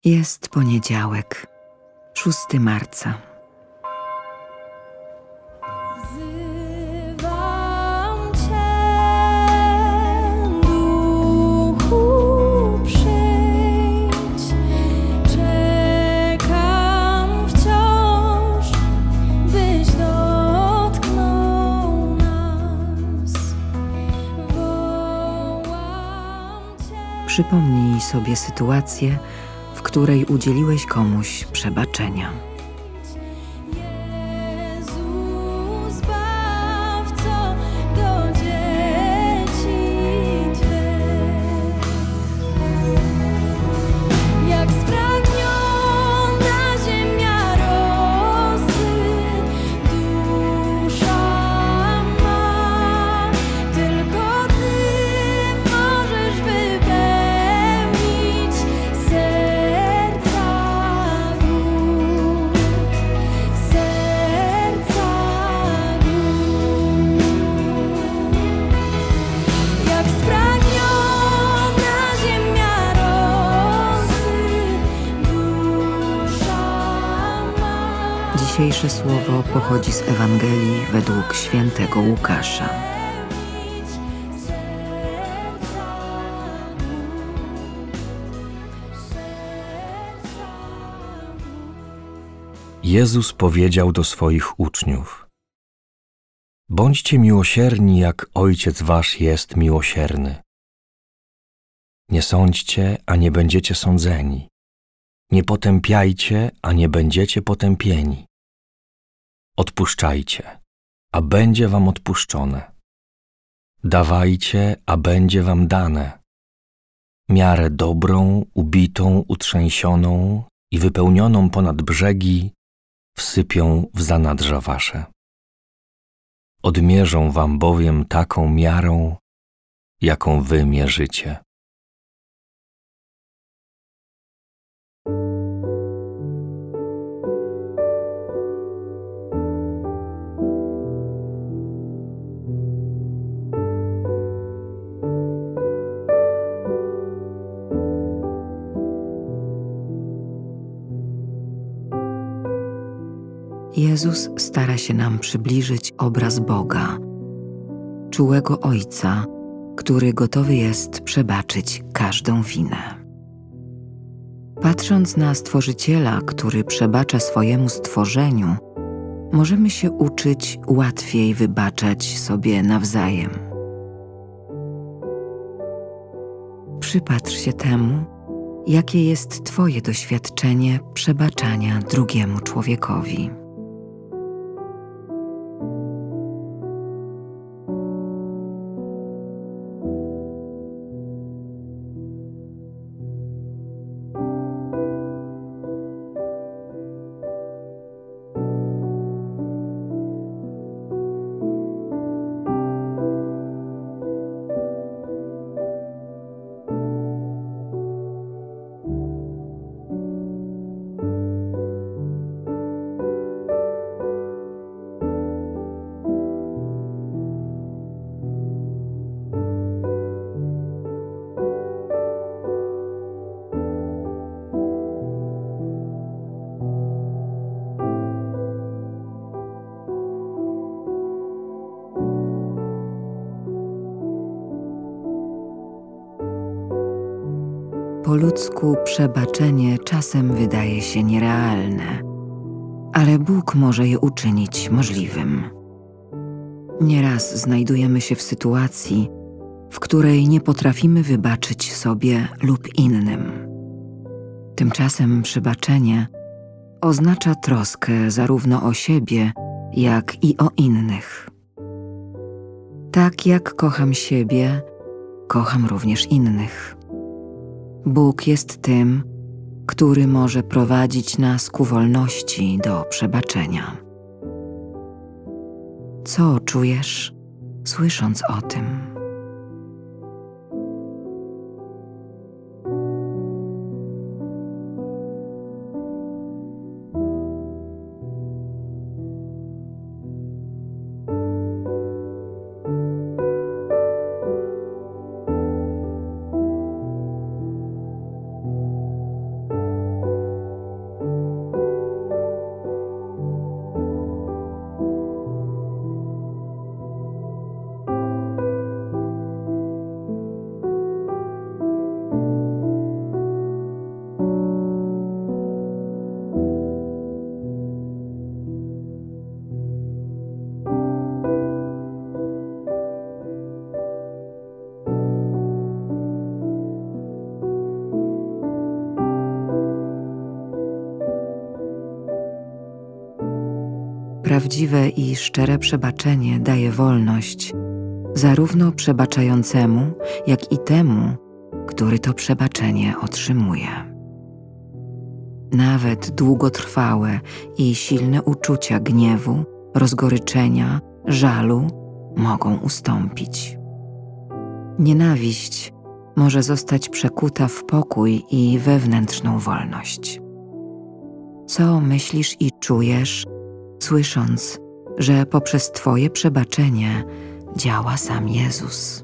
Jest poniedziałek, 6 marca. Wzywam Cię, Duchu, przyjdź. Czekam wciąż, byś dotknął nas. Wołam Cię. Przypomnij sobie sytuację, w której udzieliłeś komuś przebaczenia. Jezu, Zbawco, do dzieci Twych. Jak spragniona ziemia rosy, dusza ma. Tylko Ty możesz wypełnić serca głód, serca głód. Jak spragniona ziemia rosy, dusza ma. Dzisiejsze słowo pochodzi z Ewangelii według świętego Łukasza. Wypełnić serca Jezus powiedział do swoich uczniów: Bądźcie miłosierni, jak Ojciec wasz jest miłosierny. Nie sądźcie, a nie będziecie sądzeni. Nie potępiajcie, a nie będziecie potępieni. Odpuszczajcie, a będzie wam odpuszczone. Dawajcie, a będzie wam dane. Miarę dobrą, ubitą, utrzęsioną i wypełnioną ponad brzegi wsypią w zanadrza wasze. Odmierzą wam bowiem taką miarą, jaką wy mierzycie. Jezus stara się nam przybliżyć obraz Boga, czułego Ojca, który gotowy jest przebaczyć każdą winę. Patrząc na Stworzyciela, który przebacza swojemu stworzeniu, możemy się uczyć łatwiej wybaczać sobie nawzajem. Przypatrz się temu, jakie jest Twoje doświadczenie przebaczania drugiemu człowiekowi. Po ludzku przebaczenie czasem wydaje się nierealne, ale Bóg może je uczynić możliwym. Nieraz znajdujemy się w sytuacji, w której nie potrafimy wybaczyć sobie lub innym. Tymczasem przebaczenie oznacza troskę zarówno o siebie, jak i o innych. Tak jak kocham siebie, kocham również innych. Bóg jest tym, który może prowadzić nas ku wolności do przebaczenia. Co czujesz, słysząc o tym? Prawdziwe i szczere przebaczenie daje wolność zarówno przebaczającemu, jak i temu, który to przebaczenie otrzymuje. Nawet długotrwałe i silne uczucia gniewu, rozgoryczenia, żalu mogą ustąpić. Nienawiść może zostać przekuta w pokój i wewnętrzną wolność. Co myślisz i czujesz, słysząc, że poprzez Twoje przebaczenie działa sam Jezus?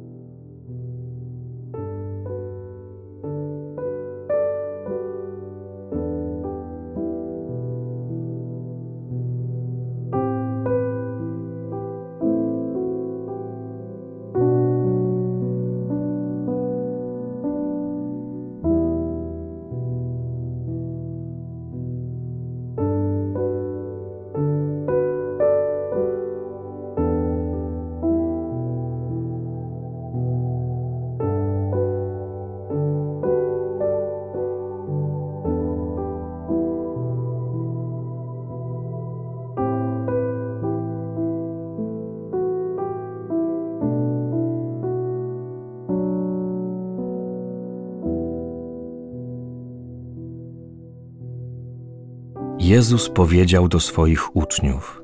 Jezus powiedział do swoich uczniów: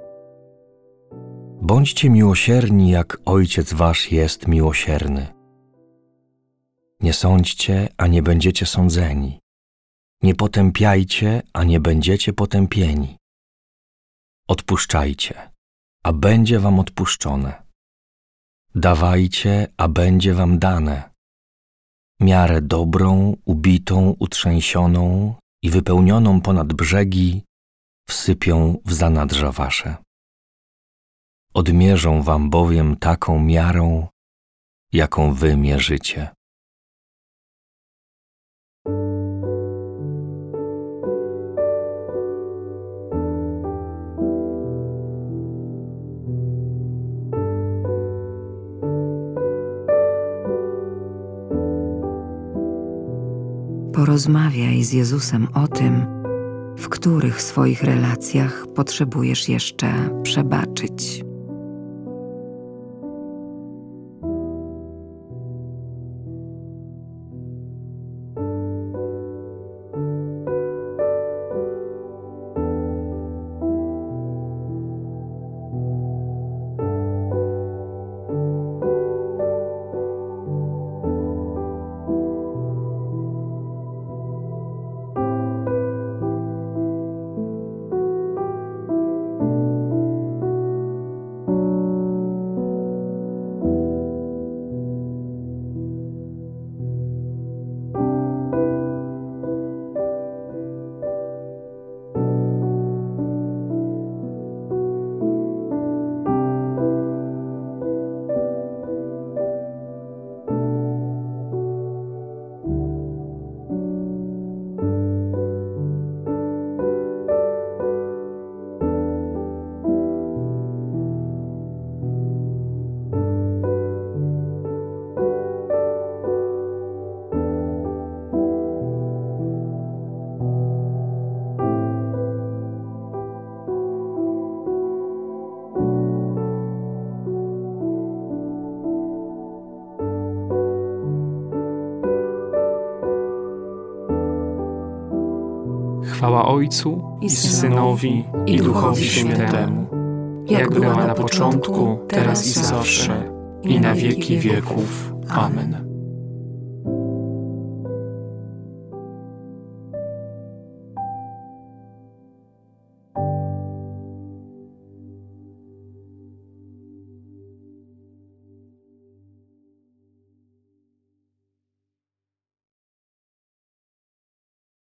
Bądźcie miłosierni, jak Ojciec wasz jest miłosierny. Nie sądźcie, a nie będziecie sądzeni. Nie potępiajcie, a nie będziecie potępieni. Odpuszczajcie, a będzie wam odpuszczone. Dawajcie, a będzie wam dane. Miarę dobrą, ubitą, utrzęsioną i wypełnioną ponad brzegi wsypią w zanadrza wasze. Odmierzą wam bowiem taką miarą, jaką wy mierzycie. Porozmawiaj z Jezusem o tym, w których swoich relacjach potrzebujesz jeszcze przebaczyć. Chwała Ojcu i Synowi, i Duchowi Świętemu, jak była na początku, teraz i zawsze, i na wieki wieków. Amen.